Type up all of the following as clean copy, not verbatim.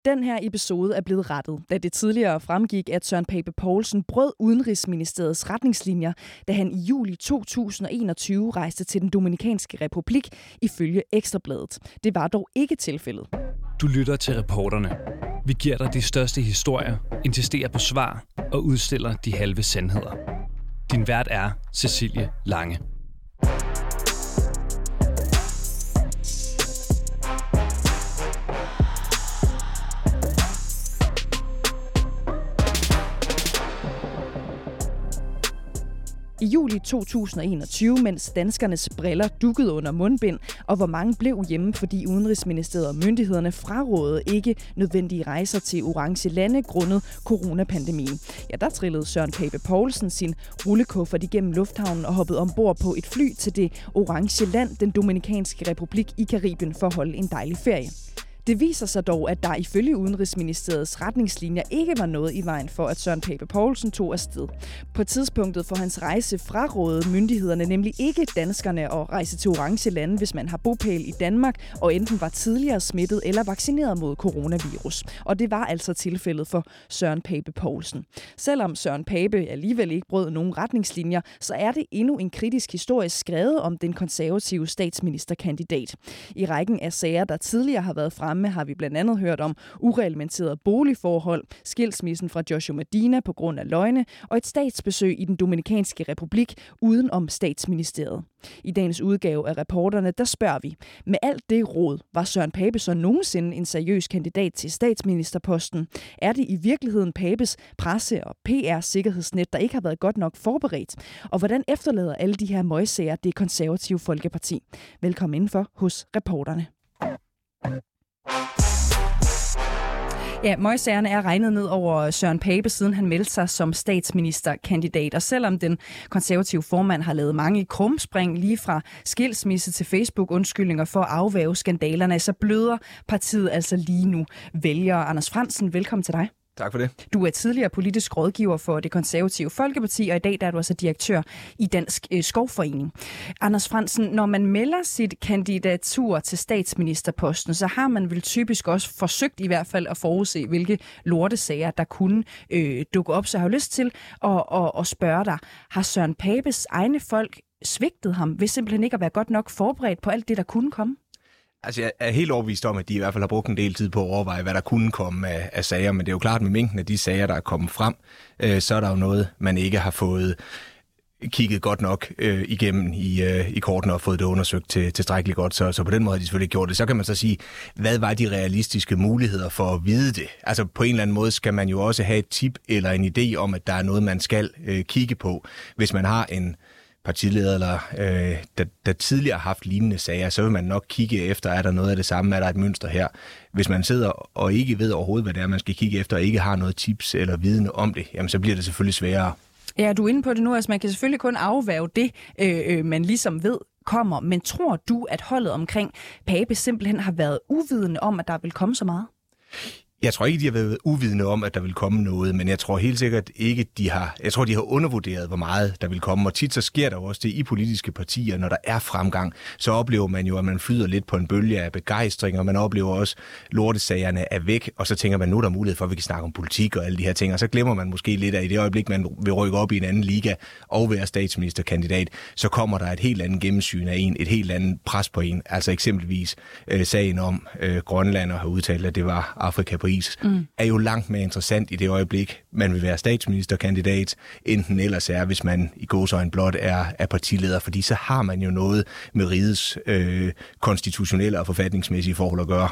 Den her episode er blevet rettet, da det tidligere fremgik, at Søren Pape Poulsen brød Udenrigsministeriets retningslinjer, da han i juli 2021 rejste til den Dominikanske Republik ifølge Ekstrabladet. Det var dog ikke tilfældet. Du lytter til Reporterne. Vi giver dig de største historier, insisterer på svar og udstiller de halve sandheder. Din vært er Cecilie Lange. I juli 2021, mens danskernes briller dukkede under mundbind, og hvor mange blev hjemme, fordi Udenrigsministeriet og myndighederne frarådede ikke nødvendige rejser til orange lande grundet coronapandemien. Ja, der trillede Søren Pape Poulsen sin rullekuffert igennem lufthavnen og hoppede ombord på et fly til det orange land, den Dominikanske Republik i Karibien, for at holde en dejlig ferie. Det viser sig dog, at der ifølge Udenrigsministeriets retningslinjer ikke var noget i vejen for, at Søren Pape Poulsen tog afsted. På tidspunktet for hans rejse frarådede myndighederne nemlig ikke danskerne at rejse til orange lande, hvis man har bopæl i Danmark og enten var tidligere smittet eller vaccineret mod coronavirus. Og det var altså tilfældet for Søren Pape Poulsen. Selvom Søren Pape alligevel ikke brød nogen retningslinjer, så er det endnu en kritisk historie skrevet om den konservative statsministerkandidat. I rækken af sager, der tidligere har været fremme, har vi blandt andet hørt om ureglementerede boligforhold, skilsmissen fra Joshua Medina på grund af løgne og et statsbesøg i den Dominikanske Republik uden om statsministeriet. I dagens udgave af Reporterne, der spørger vi, med alt det råd, var Søren Pape så nogensinde en seriøs kandidat til statsministerposten? Er det i virkeligheden Papes presse- og PR-sikkerhedsnet, der ikke har været godt nok forberedt? Og hvordan efterlader alle de her møgsager det konservative Folkeparti? Velkommen indenfor hos Reporterne. Ja, møgsagerne er regnet ned over Søren Pape, siden han meldte sig som statsministerkandidat. Og selvom den konservative formand har lavet mange krumspring lige fra skilsmisse til Facebook-undskyldninger for at afværge skandalerne, så bløder partiet altså lige nu vælgere. Anders Frandsen, velkommen til dig. Tak for det. Du er tidligere politisk rådgiver for det konservative Folkeparti, og i dag der er du altså direktør i Dansk Skovforening. Anders Frandsen, når man melder sit kandidatur til statsministerposten, så har man vel typisk også forsøgt i hvert fald at forudse, hvilke lortesager der kunne dukke op. Så jeg har lyst til at spørge dig, har Søren Papes egne folk svigtet ham ved simpelthen ikke at være godt nok forberedt på alt det, der kunne komme? Altså, jeg er helt overbevist om, at de i hvert fald har brugt en del tid på at overveje, hvad der kunne komme af sager, men det er jo klart, med mængden af de sager, der er kommet frem, så er der jo noget, man ikke har fået kigget godt nok igennem i kortene og fået det undersøgt tilstrækkeligt godt, så på den måde har de selvfølgelig gjort det. Så kan man så sige, hvad var de realistiske muligheder for at vide det? Altså på en eller anden måde skal man jo også have et tip eller en idé om, at der er noget, man skal kigge på. Hvis man har en partileder, der tidligere har haft lignende sager, så vil man nok kigge efter, er der noget af det samme, er der et mønster her. Hvis man sidder og ikke ved overhovedet, hvad det er, man skal kigge efter, og ikke har noget tips eller viden om det, jamen så bliver det selvfølgelig sværere. Ja, du er inde på det nu, altså man kan selvfølgelig kun afværge det, man ligesom ved kommer, men tror du, at holdet omkring Pape simpelthen har været uvidende om, at der vil komme så meget? Jeg tror ikke, de har været uvidende om, at der vil komme noget, men jeg tror helt sikkert ikke, de har undervurderet, hvor meget der vil komme. Og tit så sker der jo også det i politiske partier, når der er fremgang, så oplever man jo, at man flyder lidt på en bølge af begejstring, og man oplever også, at lortesagerne er væk, og så tænker man, nu er der mulighed for, at vi kan snakke om politik og alle de her ting, og så glemmer man måske lidt af i det øjeblik, man vil rykke op i en anden liga og være statsministerkandidat, så kommer der et helt andet gennemsyn af en, et helt andet pres på en. Altså eksempelvis sagen om Grønland og har udtalt, at det var Afrika på is, er jo langt mere interessant i det øjeblik, man vil være statsministerkandidat, end den ellers er, hvis man i gåseøjne blot er partileder, fordi så har man jo noget med rigets konstitutionelle og forfatningsmæssige forhold at gøre.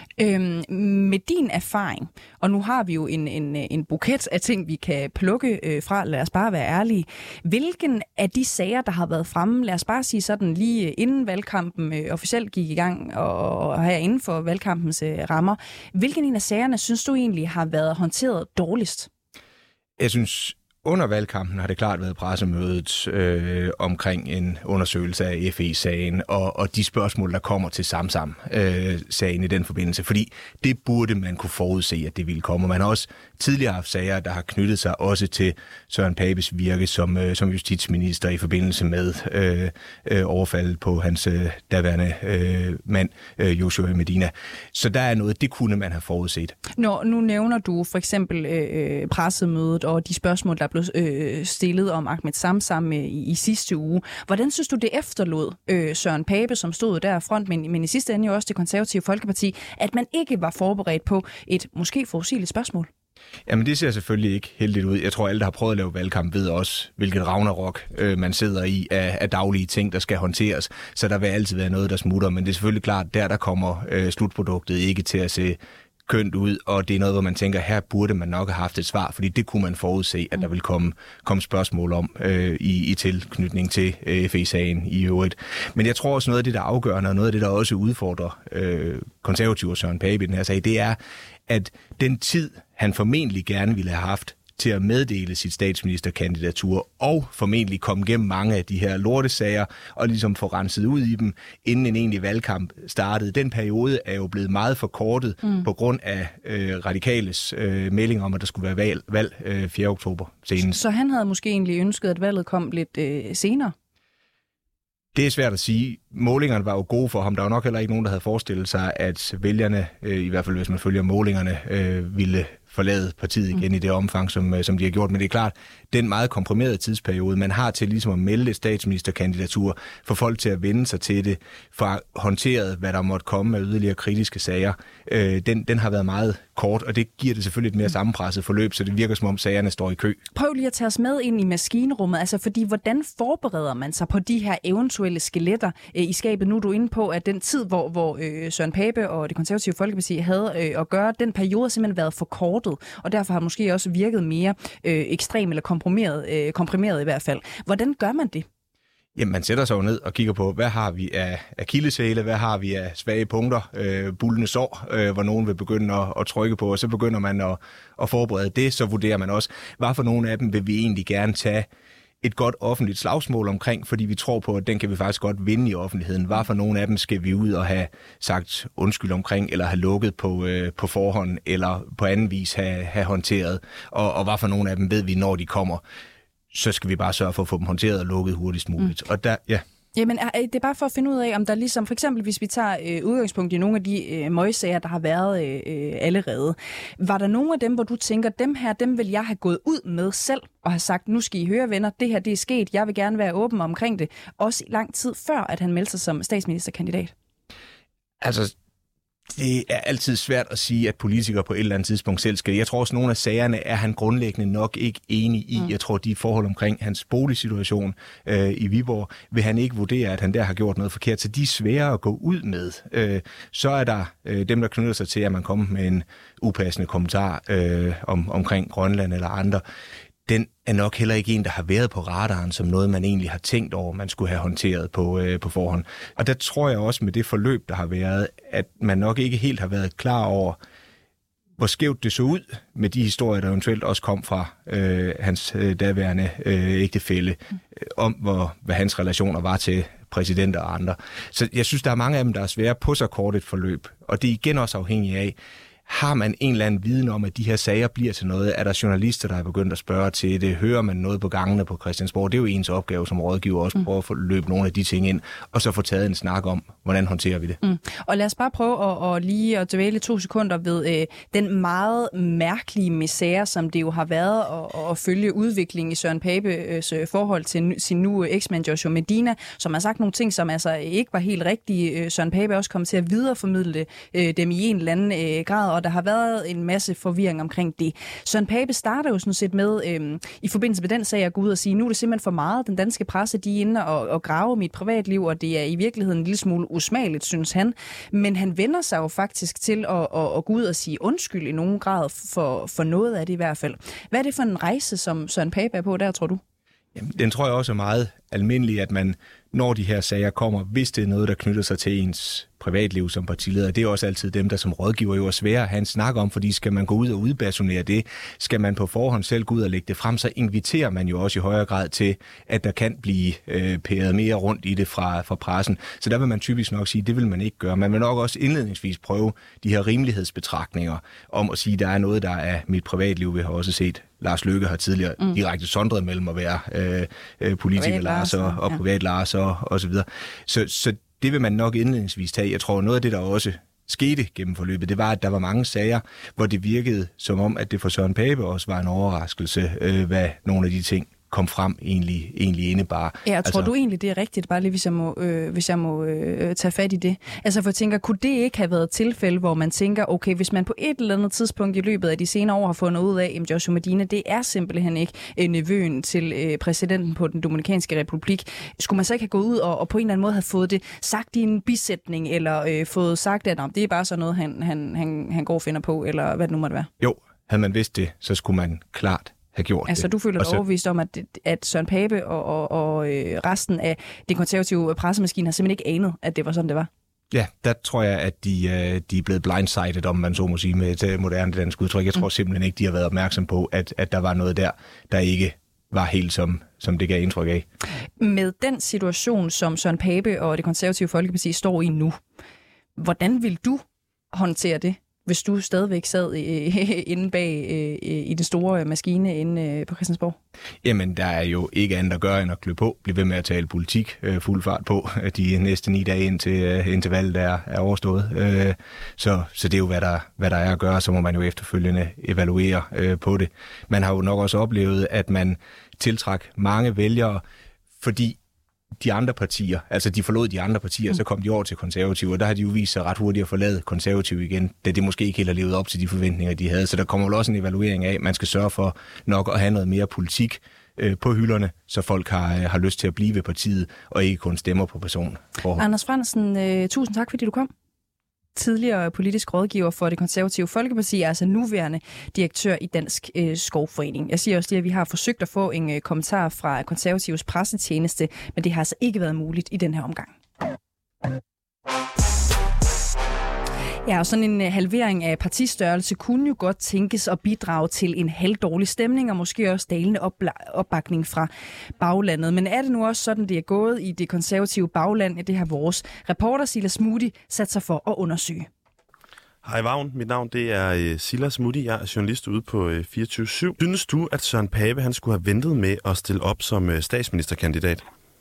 Med din erfaring, og nu har vi jo en buket af ting, vi kan plukke fra, lad os bare være ærlige. Hvilken af de sager, der har været fremme, lad os bare sige sådan lige inden valgkampen officielt gik i gang, og her inden for valgkampens rammer, hvilken en af sagerne synes du egentlig har været håndteret dårligst? Jeg synes Under valgkampen har det klart været pressemødet omkring en undersøgelse af FE-sagen og de spørgsmål, der kommer til Samsam-sagen i den forbindelse. Fordi det burde man kunne forudse, at det ville komme. Man har også tidligere haft sager, der har knyttet sig også til Søren Papes virke som justitsminister i forbindelse med overfaldet på hans daværende mand, Joshua Medina. Så der er noget, det kunne man have forudset. Nu nævner du for eksempel pressemødet og de spørgsmål, der blev stillet om Ahmed Samsam i sidste uge. Hvordan synes du, det efterlod Søren Pape, som stod der front, men i sidste ende jo også det konservative Folkeparti, at man ikke var forberedt på et måske forudsigeligt spørgsmål? Jamen det ser selvfølgelig ikke heldigt ud. Jeg tror, alle, der har prøvet at lave valgkamp, ved også, hvilket ragnarok man sidder i af daglige ting, der skal håndteres. Så der vil altid være noget, der smutter. Men det er selvfølgelig klart, der kommer slutproduktet ikke til at se kønt ud, og det er noget, hvor man tænker, her burde man nok have haft et svar, fordi det kunne man forudse, at der vil komme spørgsmål om i tilknytning til FE-sagen i øvrigt. Men jeg tror også, noget af det, der er afgørende, og noget af det, der også udfordrer konservative og Søren Pape i den her sag, det er, at den tid, han formentlig gerne ville have haft til at meddele sit statsministerkandidatur og formentlig komme gennem mange af de her lortesager og ligesom få renset ud i dem, inden en egentlig valgkamp startede. Den periode er jo blevet meget forkortet på grund af radikales melding om, at der skulle være valg 4. oktober senest. Så han havde måske egentlig ønsket, at valget kom lidt senere? Det er svært at sige. Målingerne var jo gode for ham. Der var nok heller ikke nogen, der havde forestillet sig, at vælgerne, i hvert fald hvis man følger målingerne, ville forlade partiet igen i det omfang, som de har gjort. Men det er klart, den meget komprimerede tidsperiode, man har til ligesom at melde et statsministerkandidatur, for folk til at vende sig til det, for håndteret, hvad der måtte komme af yderligere kritiske sager, den har været meget kort, og det giver det selvfølgelig et mere sammenpresset forløb, så det virker som om sagerne står i kø. Prøv lige at tage os med ind i maskinrummet, altså fordi hvordan forbereder man sig på de her eventuelle skeletter i skabet? Nu er du inde på, at den tid, hvor Søren Pape og det konservative Folkeparti havde at gøre, den periode har simpelthen været for kortet, og derfor har måske også virket mere ekstrem eller komprimeret i hvert fald. Hvordan gør man det? Jamen, man sætter sig jo ned og kigger på, hvad har vi af akilleshæle, hvad har vi af svage punkter, bullende sår, hvor nogen vil begynde at trykke på, og så begynder man at forberede det, så vurderer man også, hvad for nogle af dem vil vi egentlig gerne tage et godt offentligt slagsmål omkring, fordi vi tror på, at den kan vi faktisk godt vinde i offentligheden. Hvad for nogle af dem skal vi ud og have sagt undskyld omkring, eller have lukket på forhånd, eller på anden vis have håndteret, og hvad for nogle af dem ved vi, når de kommer, så skal vi bare sørge for at få dem håndteret og lukket hurtigst muligt. Og der, ja. Jamen, det er bare for at finde ud af, om der ligesom, for eksempel hvis vi tager udgangspunkt i nogle af de møgsager, der har været allerede. Var der nogle af dem, hvor du tænker, dem vil jeg have gået ud med selv og have sagt, nu skal I høre venner, det her det er sket, jeg vil gerne være åben omkring det, også i lang tid før, at han meldte sig som statsministerkandidat? Altså, det er altid svært at sige, at politikere på et eller andet tidspunkt selv skal. Jeg tror også, at nogle af sagerne er han grundlæggende nok ikke enig i. Jeg tror, de forhold omkring hans boligsituation i Viborg, vil han ikke vurdere, at han der har gjort noget forkert. Så de er svære at gå ud med. Så er der dem, der knytter sig til, at man kommer med en upassende kommentar omkring Grønland eller andre. Den er nok heller ikke en, der har været på radaren som noget, man egentlig har tænkt over, man skulle have håndteret på forhånd. Og der tror jeg også med det forløb, der har været, at man nok ikke helt har været klar over, hvor skævt det så ud med de historier, der eventuelt også kom fra hans daværende ægtefælle, om hvad hans relationer var til præsidenter og andre. Så jeg synes, der er mange af dem, der er svære på så kort et forløb. Og det er igen også afhængigt af, har man en eller anden viden om, at de her sager bliver til noget? Er der journalister, der er begyndt at spørge til det? Hører man noget på gangene på Christiansborg? Det er jo ens opgave som rådgiver også prøve at få løbet nogle af de ting ind, og så få taget en snak om, hvordan håndterer vi det. Og lad os bare prøve at lige at dvæle 2 sekunder ved den meget mærkelige misære, som det jo har været at følge udviklingen i Søren Papes forhold til sin nu eksmand Joshua Medina, som har sagt nogle ting, som altså ikke var helt rigtige. Søren Pape også kom til at videreformidle dem i en eller anden grad, og der har været en masse forvirring omkring det. Søren Pape starter jo sådan set med, i forbindelse med den sag, at gå ud og sige, nu er det simpelthen for meget. Den danske presse, de er inde og grave mit privatliv, og det er i virkeligheden en lille smule usmageligt, synes han. Men han vender sig jo faktisk til at gå ud og sige undskyld i nogen grad for noget af det i hvert fald. Hvad er det for en rejse, som Søren Pape er på der, tror du? Jamen, den tror jeg også er meget almindeligt, at man, når de her sager kommer, hvis det er noget, der knytter sig til ens privatliv som partileder, det er også altid dem, der som rådgiver jo er svære at have en snak om, fordi skal man gå ud og udpersonere det, skal man på forhånd selv gå ud og lægge det frem, så inviterer man jo også i højere grad til, at der kan blive pæret mere rundt i det fra pressen. Så der vil man typisk nok sige, det vil man ikke gøre. Man vil nok også indledningsvis prøve de her rimelighedsbetragtninger om at sige, at der er noget, der er mit privatliv. Vi har også set, Lars Løkke har tidligere direkte sondret mellem at være politiker Lars og privat Lars og så videre. Så det vil man nok indledningsvis tage. Jeg tror, noget af det, der også skete gennem forløbet, det var, at der var mange sager, hvor det virkede som om, at det for Søren Pape også var en overraskelse, hvad nogle af de ting kom frem egentlig indebar. Ja, tror du egentlig, det er rigtigt, bare lige hvis jeg må tage fat i det? Altså for jeg tænker, kunne det ikke have været et tilfælde, hvor man tænker, okay, hvis man på et eller andet tidspunkt i løbet af de senere år har fundet ud af, at Joshua Medina, det er simpelthen ikke nevøen til præsidenten på den Dominikanske Republik, skulle man så ikke have gået ud og på en eller anden måde have fået det sagt i en bisætning, eller fået sagt, at det er bare sådan noget, han går og finder på, eller hvad det nu måtte være? Jo, havde man vidst det, så skulle man klart have gjort altså, det. Du føler dig overbevist om, at Søren Pape og resten af det konservative pressemaskine har simpelthen ikke anet, at det var sådan, det var? Ja, der tror jeg, at de er blevet blindsided, om man så må sige, med et moderne dansk udtryk. Jeg tror simpelthen ikke, de har været opmærksom på, at der var noget der ikke var helt som det gav indtryk af. Med den situation, som Søren Pape og det konservative Folkeparti står i nu, hvordan vil du håndtere det, hvis du stadigvæk sad inde bag i den store maskine inde på Christiansborg? Jamen, der er jo ikke andet at gøre end at klø på, blive ved med at tale politik, fuld fart på de næste 9 dage indtil valget er overstået. Så det er jo, hvad der er at gøre, så må man jo efterfølgende evaluere på det. Man har jo nok også oplevet, at man tiltrak mange vælgere, fordi de andre partier, altså de forlod de andre partier, så kom de over til konservative, og der har de jo vist sig ret hurtigt at forlade konservative igen, da det måske ikke helt har levet op til de forventninger, de havde. Så der kommer vel også en evaluering af, at man skal sørge for nok at have noget mere politik på hylderne, så folk har lyst til at blive ved partiet, og ikke kun stemmer på personen. Anders Frandsen, tusind tak, fordi du kom. Tidligere politisk rådgiver for det konservative Folkeparti, er altså nuværende direktør i Dansk Skovforening. Jeg siger også det, at vi har forsøgt at få en kommentar fra konservativs pressetjeneste, men det har altså ikke været muligt i den her omgang. Ja, og sådan en halvering af partistørrelse kunne jo godt tænkes at bidrage til en halvdårlig stemning og måske også dalende opbakning fra baglandet. Men er det nu også sådan, det er gået i det konservative bagland? Det har vores reporter Silas Moody sat sig for at undersøge. Hej Vagn, mit navn det er Silas Moody, jeg er journalist ude på 24/7. Synes du, at Søren Pape han skulle have ventet med at stille op som statsministerkandidat?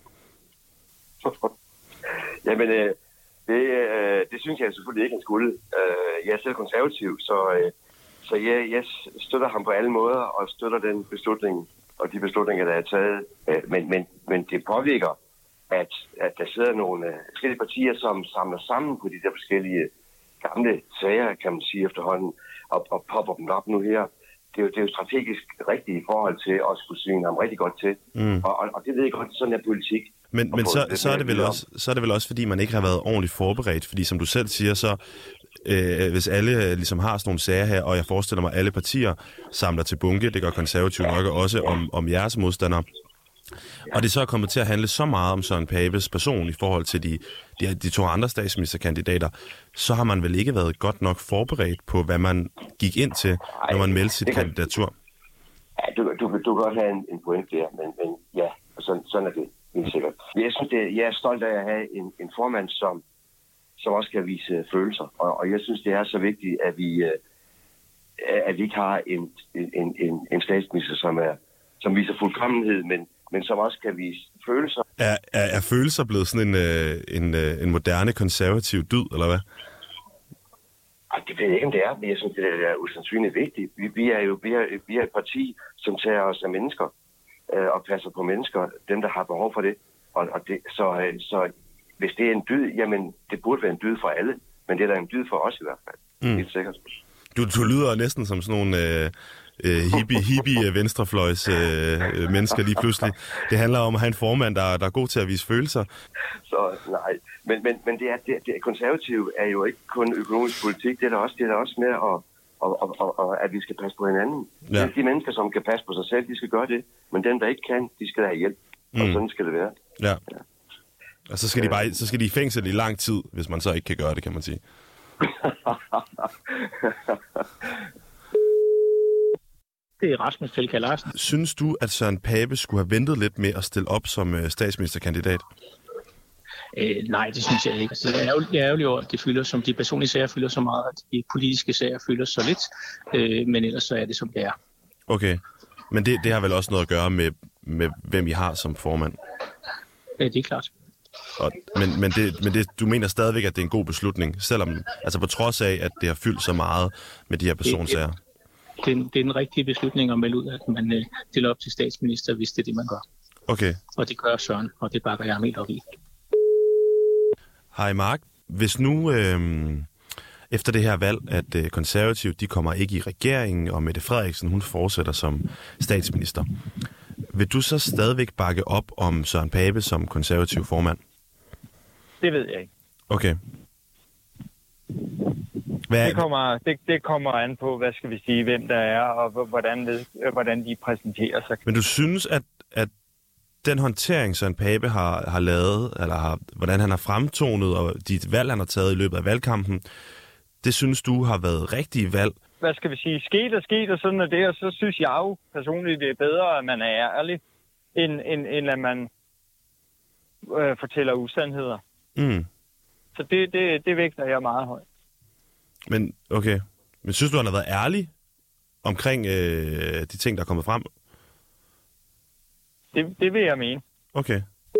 Jamen, det synes jeg selvfølgelig ikke, han skulle. Jeg er selv konservativ, så jeg støtter ham på alle måder og støtter den beslutning og de beslutninger, der er taget. Men det påvirker, at der sidder nogle forskellige partier, som samler sammen på de der forskellige gamle sager, kan man sige efterhånden, og popper dem op nu her. Det er jo strategisk rigtigt i forhold til at skulle synge ham rigtig godt til. Og det ved jeg godt, sådan er politik. Men så er det vel også, fordi man ikke har været ordentligt forberedt, fordi som du selv siger, så hvis alle ligesom har sådan nogle sager her, og jeg forestiller mig, at alle partier samler til bunke, det gør konservative nok også om jeres modstandere, og det så er kommet til at handle så meget om Søren Papes person i forhold til de to andre statsministerkandidater, så har man vel ikke været godt nok forberedt på, hvad man gik ind til, når man meldte sit kandidatur? Ja, du kan godt have en point der, men ja, sådan er det helt sikkert. Jeg er stolt af at have en formand, som også kan vise følelser, og jeg synes, det er så vigtigt, at vi ikke har en statsminister, som viser fuldkommenhed, men som også kan vise følelser. Er følelser blevet sådan en moderne konservativ dyd, eller hvad? Det ved jeg ikke, om det er, men jeg synes, det er usandsynligt vigtigt. Vi er et parti, som tager os af mennesker og passer på mennesker, dem, der har behov for det. Og det så hvis det er en dyd, jamen, det burde være en dyd for alle, men det er da en dyd for os i hvert fald. Helt sikkert. Du lyder næsten som sådan nogle hippie venstrefløjs mennesker lige pludselig. Det handler om at have en formand, der er god til at vise følelser. Så nej, men det konservative er jo ikke kun økonomisk politik, det er der også med at vi skal passe på hinanden. Ja. De mennesker, som kan passe på sig selv, de skal gøre det, men dem, der ikke kan, de skal have hjælp. Og sådan skal det være. Ja. Og så skal de i fængsel i lang tid, hvis man så ikke kan gøre det, kan man sige. Det er Rasmus Felkær Larsen. Synes du, at Søren Pape skulle have ventet lidt med at stille op som statsministerkandidat? Nej, det synes jeg ikke. Altså, det er ærgerligt over, at det fylder, som de personlige sager fylder så meget, at de politiske sager fylder så lidt. Men ellers så er det, som det er. Okay. Men det har vel også noget at gøre med hvem I har som formand? Det er klart. Men du mener stadigvæk, at det er en god beslutning, selvom, altså på trods af, at det har fyldt så meget med de her personsager? Det er den rigtige beslutning at melde ud, at man stiller op til statsminister, hvis det er det, man gør. Okay. Og det gør Søren, og det bakker jeg helt op i. Hej Mark. Hvis nu efter det her valg, at konservative, de kommer ikke i regeringen, og Mette Frederiksen, hun fortsætter som statsminister, vil du så stadigvæk bakke op om Søren Pape som konservativ formand? Det ved jeg ikke. Okay. Det kommer an på, hvad skal vi sige, hvem der er, og hvordan de præsenterer sig. Men du synes, at den håndtering, Søren Pape har lavet, eller hvordan han har fremtonet, og de valg, han har taget i løbet af valgkampen, det synes du har været rigtige valg? Hvad skal vi sige? Sket, og sådan er det, og så synes jeg jo personligt, det er bedre, at man er ærlig, end at man fortæller usandheder. Mm. Så det vægter jeg meget højt. Men okay. Men synes du, han har været ærlig omkring de ting, der er kommet frem? Det vil jeg mene. Okay.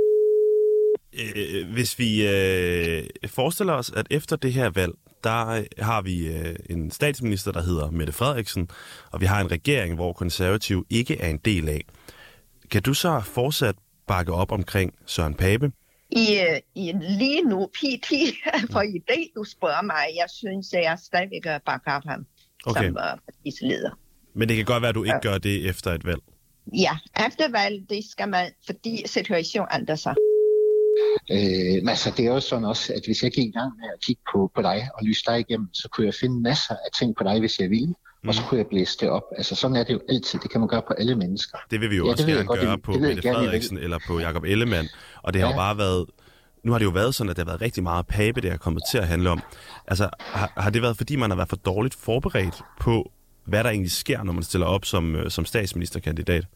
Hvis vi forestiller os, at efter det her valg, der har vi en statsminister, der hedder Mette Frederiksen, og vi har en regering, hvor konservativ ikke er en del af. Kan du så fortsat bakke op omkring Søren Pape? Lige nu, PT, for i dag, du spørger mig, jeg synes, at jeg stadigvæk bakker op ham som partileder. Men det kan godt være, at du ikke gør det efter et valg? Ja, efter valg, det skal man, fordi situationen ændrer sig. Altså, det er jo sådan også, at hvis jeg gik i gang med at kigge på dig og lyse dig igennem, så kunne jeg finde masser af ting på dig, hvis jeg ville, og så kunne jeg blæse det op. Altså, sådan er det jo altid. Det kan man gøre på alle mennesker. Det vil vi jo også gerne gøre på Mette Frederiksen eller på Jakob Ellemann. Og det har jo bare været... Nu har det jo været sådan, at det har været rigtig meget Pape, det har kommet til at handle om. Altså, har det været, fordi man har været for dårligt forberedt på, hvad der egentlig sker, når man stiller op som statsministerkandidat?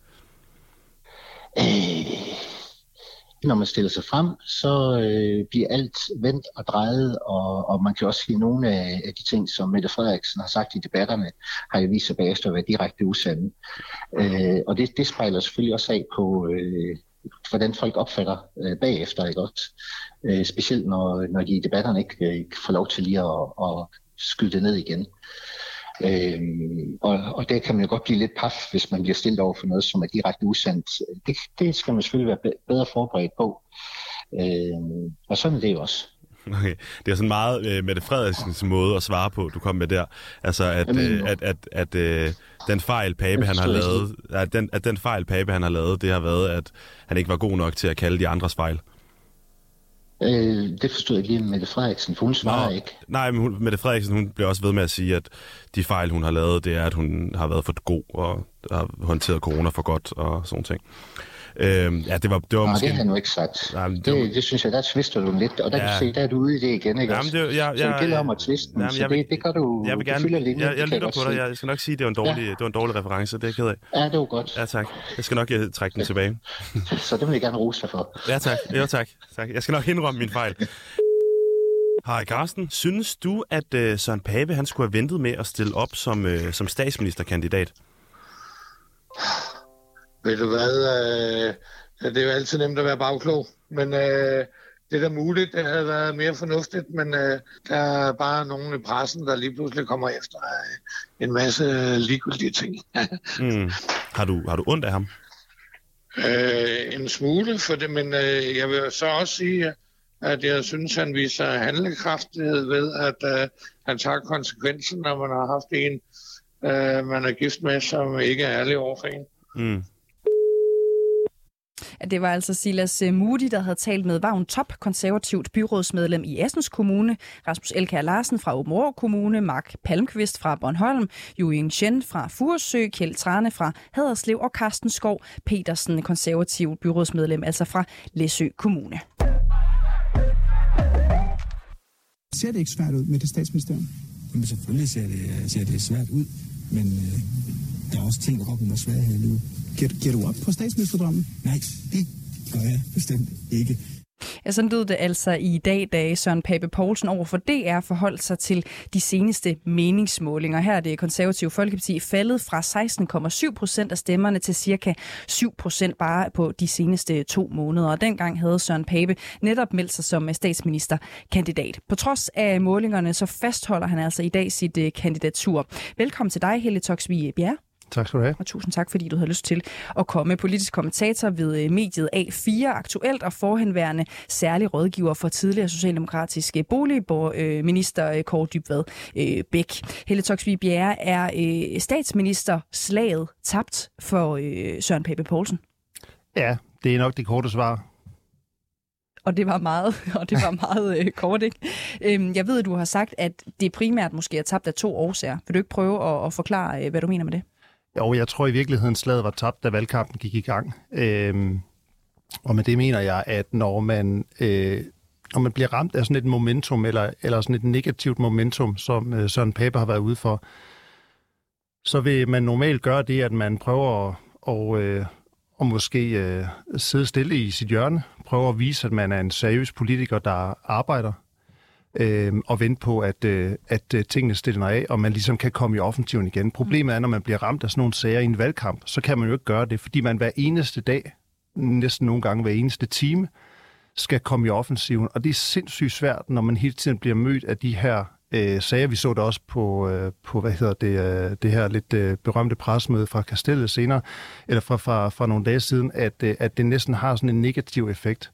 Når man stiller sig frem, så bliver alt vendt og drejet, og man kan også sige, at nogle af de ting, som Mette Frederiksen har sagt i debatterne, har jo vist sig bagefter at være direkte usande. Og det spejler selvfølgelig også af på, hvordan folk opfatter bagefter, ikke også? Specielt når de i debatterne ikke får lov til lige at skyde det ned igen. Og det kan man jo godt blive lidt paf, hvis man bliver stillet over for noget, som er direkte usandt. Det skal man selvfølgelig være bedre forberedt på. Og sådan er det jo også. Okay. Det er sådan meget Mette Frederiksens måde at svare på, du kom med der. Altså at den fejl Pape han har lavet, at den fejl Pape han har lavet, det har været, at han ikke var god nok til at kalde de andres fejl. Det forstod jeg ikke lige Mette Frederiksen, for hun svarer ikke. Nej, men Mette Frederiksen, hun bliver også ved med at sige, at de fejl, hun har lavet, det er, at hun har været for god og har håndteret corona for godt og sådan ting. Det var måske... det har han jo ikke sagt. Nej, det synes jeg, der twister du lidt, og der kan du se, der er du ude i det igen, ikke også? Så det gælder om at twiste den, så det gør du, jeg vil gerne, jeg lytter på dig, jeg skal nok sige, at det var en dårlig reference, det er jeg ked af. Ja, det var godt. Ja, tak. Jeg skal nok trække den tilbage. Så det vil jeg gerne rose dig for. Ja, tak. Jo, tak. Jeg skal nok indrømme min fejl. Hej Carsten. Synes du, at Søren Pape, han skulle have ventet med at stille op som statsministerkandidat? Ved du hvad, det er jo altid nemt at være bagklog, men det er da muligt, det havde været mere fornuftigt, men der er bare nogen i pressen, der lige pludselig kommer efter en masse ligegyldige ting. Har du ondt af ham? En smule for det, men jeg vil så også sige, at jeg synes, han viser handlekraftighed ved, at han tager konsekvensen, når man har haft en, man er gift med, som ikke er ærlig over for en. at det var altså Silas Moody, der havde talt med Vagn Top, konservativt byrådsmedlem i Assens Kommune, Rasmus Elkjær Larsen fra Aabenraa Kommune, Mark Palmqvist fra Bornholm, Yu Chen fra Furesø, Kjeld Trane fra Haderslev og Carsten Skov Petersen, konservativt byrådsmedlem, altså fra Læsø Kommune. Ser det ikke svært ud med det statsministerium? Jamen selvfølgelig ser det svært ud, men der er også ting, der godt må svære her i livet. Giver du op på statsministerdrømmen? Nej, det gør jeg bestemt ikke. Ja, sådan lød det altså i dag, da Søren Pape Poulsen over for DR forholdt sig til de seneste meningsmålinger. Her er det Konservative Folkeparti faldet fra 16,7% af stemmerne til ca. 7% bare på de seneste 2 måneder. Og dengang havde Søren Pape netop meldt sig som statsministerkandidat. På trods af målingerne, så fastholder han altså i dag sit kandidatur. Velkommen til dig, Helle Toksvig Bjerre. Tak skal du have. Og tusind tak, fordi du havde lyst til at komme. Politisk kommentator ved mediet A4 aktuelt og forhenværende særlig rådgiver for tidligere socialdemokratiske boligminister Kaare Dybvad Bek. Helle Toksvig Bjerre, er statsministerslaget tabt for Søren Pape Poulsen? Ja, det er nok det korte svar. Og det var meget kort, ikke? Jeg ved, at du har sagt, at det primært måske er tabt af 2 årsager. Vil du ikke prøve at forklare, hvad du mener med det? Jo, jeg tror i virkeligheden, slaget var tabt, da valgkampen gik i gang. Og med det mener jeg, at når man bliver ramt af sådan et momentum, eller sådan et negativt momentum, som Søren Pape har været ude for, så vil man normalt gøre det, at man prøver at måske sidde stille i sit hjørne, prøver at vise, at man er en seriøs politiker, der arbejder, og vente på, at tingene stiller af, og man ligesom kan komme i offensiven igen. Problemet er, når man bliver ramt af sådan nogle sager i en valgkamp, så kan man jo ikke gøre det, fordi man hver eneste dag, næsten nogle gange hver eneste time, skal komme i offensiven. Og det er sindssygt svært, når man hele tiden bliver mødt af de her sager. Vi så det også på det her lidt berømte pressemøde fra Kastellet senere, eller fra nogle dage siden, at det næsten har sådan en negativ effekt.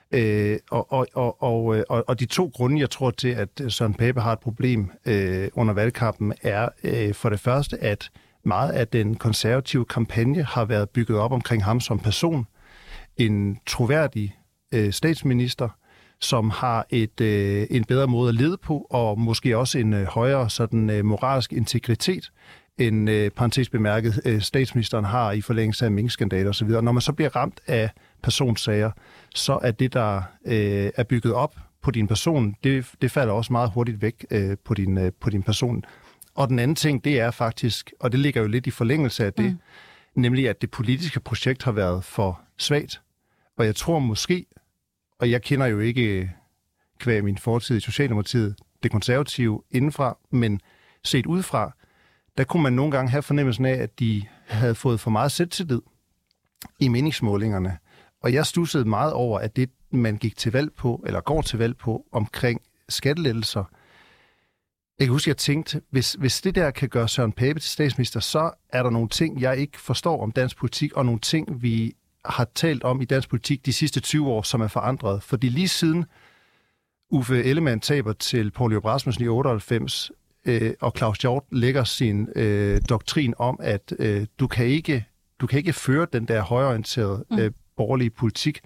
Og de 2 grunde, jeg tror til, at Søren Pape har et problem under valgkampen, er for det første, at meget af den konservative kampagne har været bygget op omkring ham som person. En troværdig statsminister, som har en bedre måde at lede på, og måske også en højere sådan, moralsk integritet, end parentes bemærket statsministeren har i forlængelse af minkskandaler osv. Når man så bliver ramt af personsager, så er det, der er bygget op på din person, det falder også meget hurtigt væk på din person. Og den anden ting, det er faktisk, og det ligger jo lidt i forlængelse af det, nemlig at det politiske projekt har været for svagt. Og jeg tror måske, og jeg kender jo ikke kvæg min fortid i Socialdemokratiet, det konservative indenfra, men set udefra, der kunne man nogle gange have fornemmelsen af, at de havde fået for meget selvtillid i meningsmålingerne. Og jeg studsede meget over, at det, man gik til valg på, eller går til valg på, omkring skattelettelser. Jeg kan huske, at jeg tænkte, hvis det der kan gøre Søren Pape til statsminister, så er der nogle ting, jeg ikke forstår om dansk politik, og nogle ting, vi har talt om i dansk politik de sidste 20 år, som er forandret. Fordi lige siden Uffe Ellemann taber til Poul Nyrup Rasmussen i 98, og Claus Hjort lægger sin doktrin om, at du kan ikke føre den der højreorienterede borgerlige politik.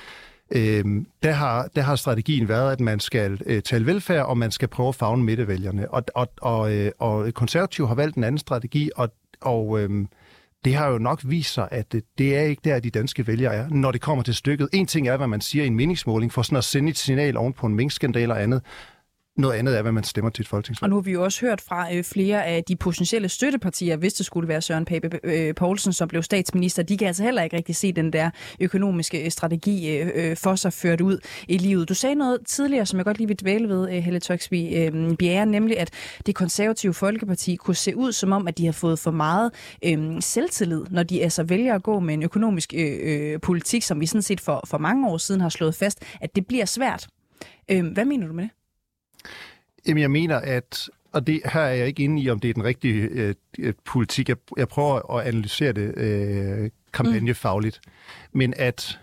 Der har strategien været, at man skal tale velfærd, og man skal prøve at favne midtevælgerne. Og Konservative har valgt en anden strategi, og det har jo nok vist sig, at det er ikke der, de danske vælgere er, når det kommer til stykket. En ting er, hvad man siger i en meningsmåling, for sådan at sende et signal oven på en minkskandal og andet. Noget andet er, hvad man stemmer til et folketingsvalg. Og nu har vi jo også hørt fra flere af de potentielle støttepartier, hvis det skulle være Søren Pape Poulsen, som blev statsminister. De kan altså heller ikke rigtig se den der økonomiske strategi for sig ført ud i livet. Du sagde noget tidligere, som jeg godt lige vil dvæle ved, Helle Toksvig Bjerre, nemlig at det konservative Folkeparti kunne se ud som om, at de har fået for meget selvtillid, når de altså vælger at gå med en økonomisk politik, som vi sådan set for mange år siden har slået fast, at det bliver svært. Hvad mener du med det? Jamen, jeg mener, at, og det her er jeg ikke inde i, om det er den rigtige politik. Jeg prøver at analysere det kampagnefagligt. Men at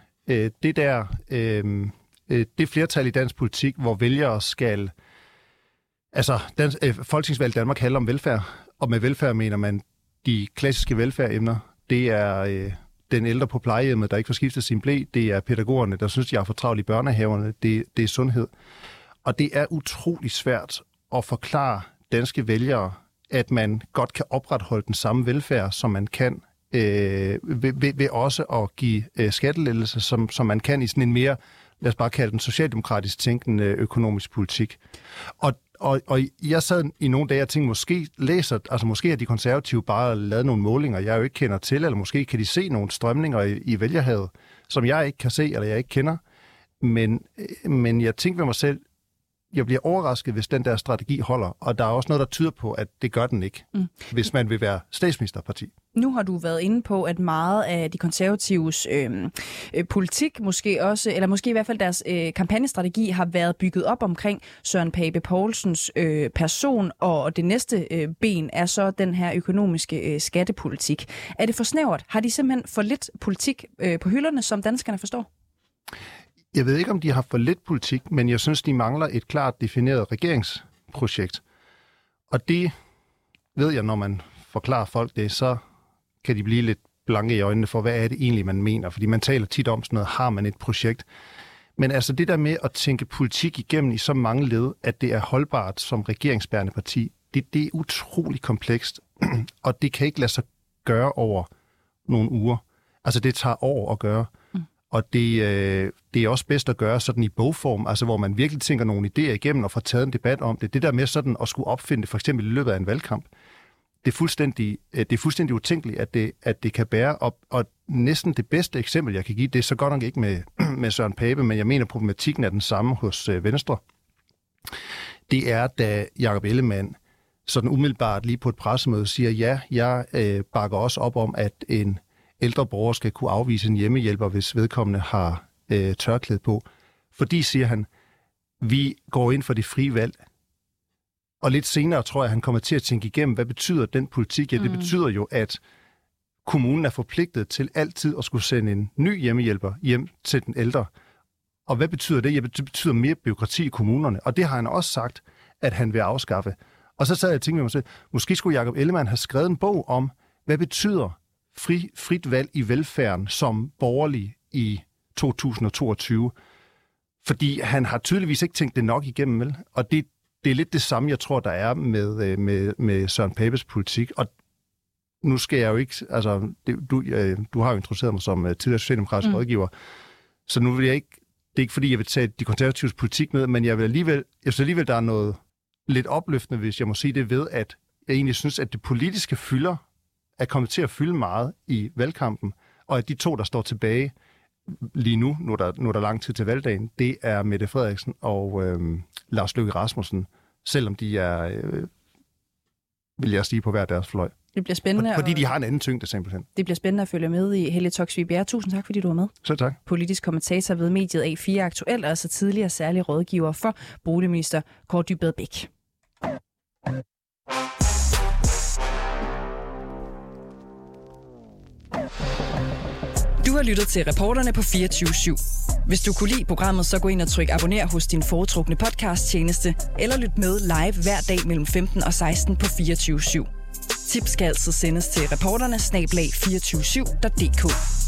det flertal i dansk politik, hvor vælgere skal... Altså, folketingsvalg i Danmark handler om velfærd, og med velfærd mener man de klassiske velfærdemner. Det den ældre på plejehjemmet, der ikke får skiftet sin ble. Det er pædagogerne, der synes, de har for travlt i børnehaverne. Det er sundhed. Og det er utrolig svært at forklare danske vælgere, at man godt kan opretholde den samme velfærd, som man kan, ved også at give skattelettelser, som man kan i sådan en mere, lad os bare kalde den socialdemokratisk tænkende økonomisk politik. Og jeg sad i nogle dage og tænkte, måske har de konservative bare lavet nogle målinger, jeg jo ikke kender til, eller måske kan de se nogle strømninger i vælgerhavet, som jeg ikke kan se, eller jeg ikke kender. Men jeg tænkte ved mig selv, jeg bliver overrasket, hvis den der strategi holder, og der er også noget, der tyder på, at det gør den ikke, hvis man vil være statsministerparti. Nu har du været inde på, at meget af de konservatives politik, måske også, eller måske i hvert fald deres kampagnestrategi, har været bygget op omkring Søren Pape Poulsens person, og det næste ben er så den her økonomiske skattepolitik. Er det for snævert? Har de simpelthen for lidt politik på hylderne, som danskerne forstår? Jeg ved ikke, om de har for lidt politik, men jeg synes, de mangler et klart defineret regeringsprojekt. Og det ved jeg, når man forklarer folk det, så kan de blive lidt blanke i øjnene for, hvad er det egentlig, man mener? Fordi man taler tit om sådan noget, har man et projekt? Men altså det der med at tænke politik igennem i så mange led, at det er holdbart som regeringsbærende parti, det er utrolig komplekst, og det kan ikke lade sig gøre over nogle uger. Altså det tager år at gøre. Og det er også bedst at gøre sådan i bogform, altså hvor man virkelig tænker nogle idéer igennem og får taget en debat om det. Det der med sådan at skulle opfinde det, for eksempel i løbet af en valgkamp, det er fuldstændig utænkeligt, at det kan bære op. Og næsten det bedste eksempel, jeg kan give, det er så godt nok ikke med Søren Pape, men jeg mener, problematikken er den samme hos Venstre. Det er, da Jakob Ellemann sådan umiddelbart lige på et pressemøde siger, ja, jeg bakker også op om, at en ældre borger skal kunne afvise en hjemmehjælper, hvis vedkommende har tørklæde på. Fordi, siger han, vi går ind for det frie valg. Og lidt senere tror jeg, han kommer til at tænke igennem, hvad betyder den politik? Ja, det betyder jo, at kommunen er forpligtet til altid at skulle sende en ny hjemmehjælper hjem til den ældre. Og hvad betyder det? Ja, det betyder mere bureaukrati i kommunerne. Og det har han også sagt, at han vil afskaffe. Og så sad jeg og tænkte mig selv, måske skulle Jakob Ellemann have skrevet en bog om, hvad betyder frit valg i velfærden som borgerlig i 2022. Fordi han har tydeligvis ikke tænkt det nok igennem, vel? Og det er lidt det samme, jeg tror, der er med Søren Papes politik. Og nu skal jeg jo ikke... Altså, du har jo introduceret mig som tidligere socialdemokratisk rådgiver, så nu vil jeg ikke... Det er ikke, fordi jeg vil tage de konservatives politik med, men jeg synes alligevel, der er noget lidt opløftende, hvis jeg må sige det ved, at jeg egentlig synes, at det politiske fylder er kommet til at fylde meget i valgkampen, og at de to, der står tilbage lige nu er der lang tid til valgdagen, det er Mette Frederiksen og Lars Løkke Rasmussen, selvom de er, vil jeg sige, på hver deres fløj. Det bliver spændende. Fordi de har en anden tyngde, simpelthen. Det bliver spændende at følge med i Helle Toksvig Bjerre. Tusind tak, fordi du var med. Så tak. Politisk kommentator ved mediet A4 Aktuelt, og så tidligere særlig rådgiver for boligminister Kaare Dybvad Bek. Du har lyttet til Reporterne på 24/7. Hvis du kunne lide programmet, så gå ind og tryk abonner hos din foretrukne podcasttjeneste, eller lyt med live hver dag mellem 15 og 16 på 24/7. Tips skal altså sendes til reporterne @247.dk.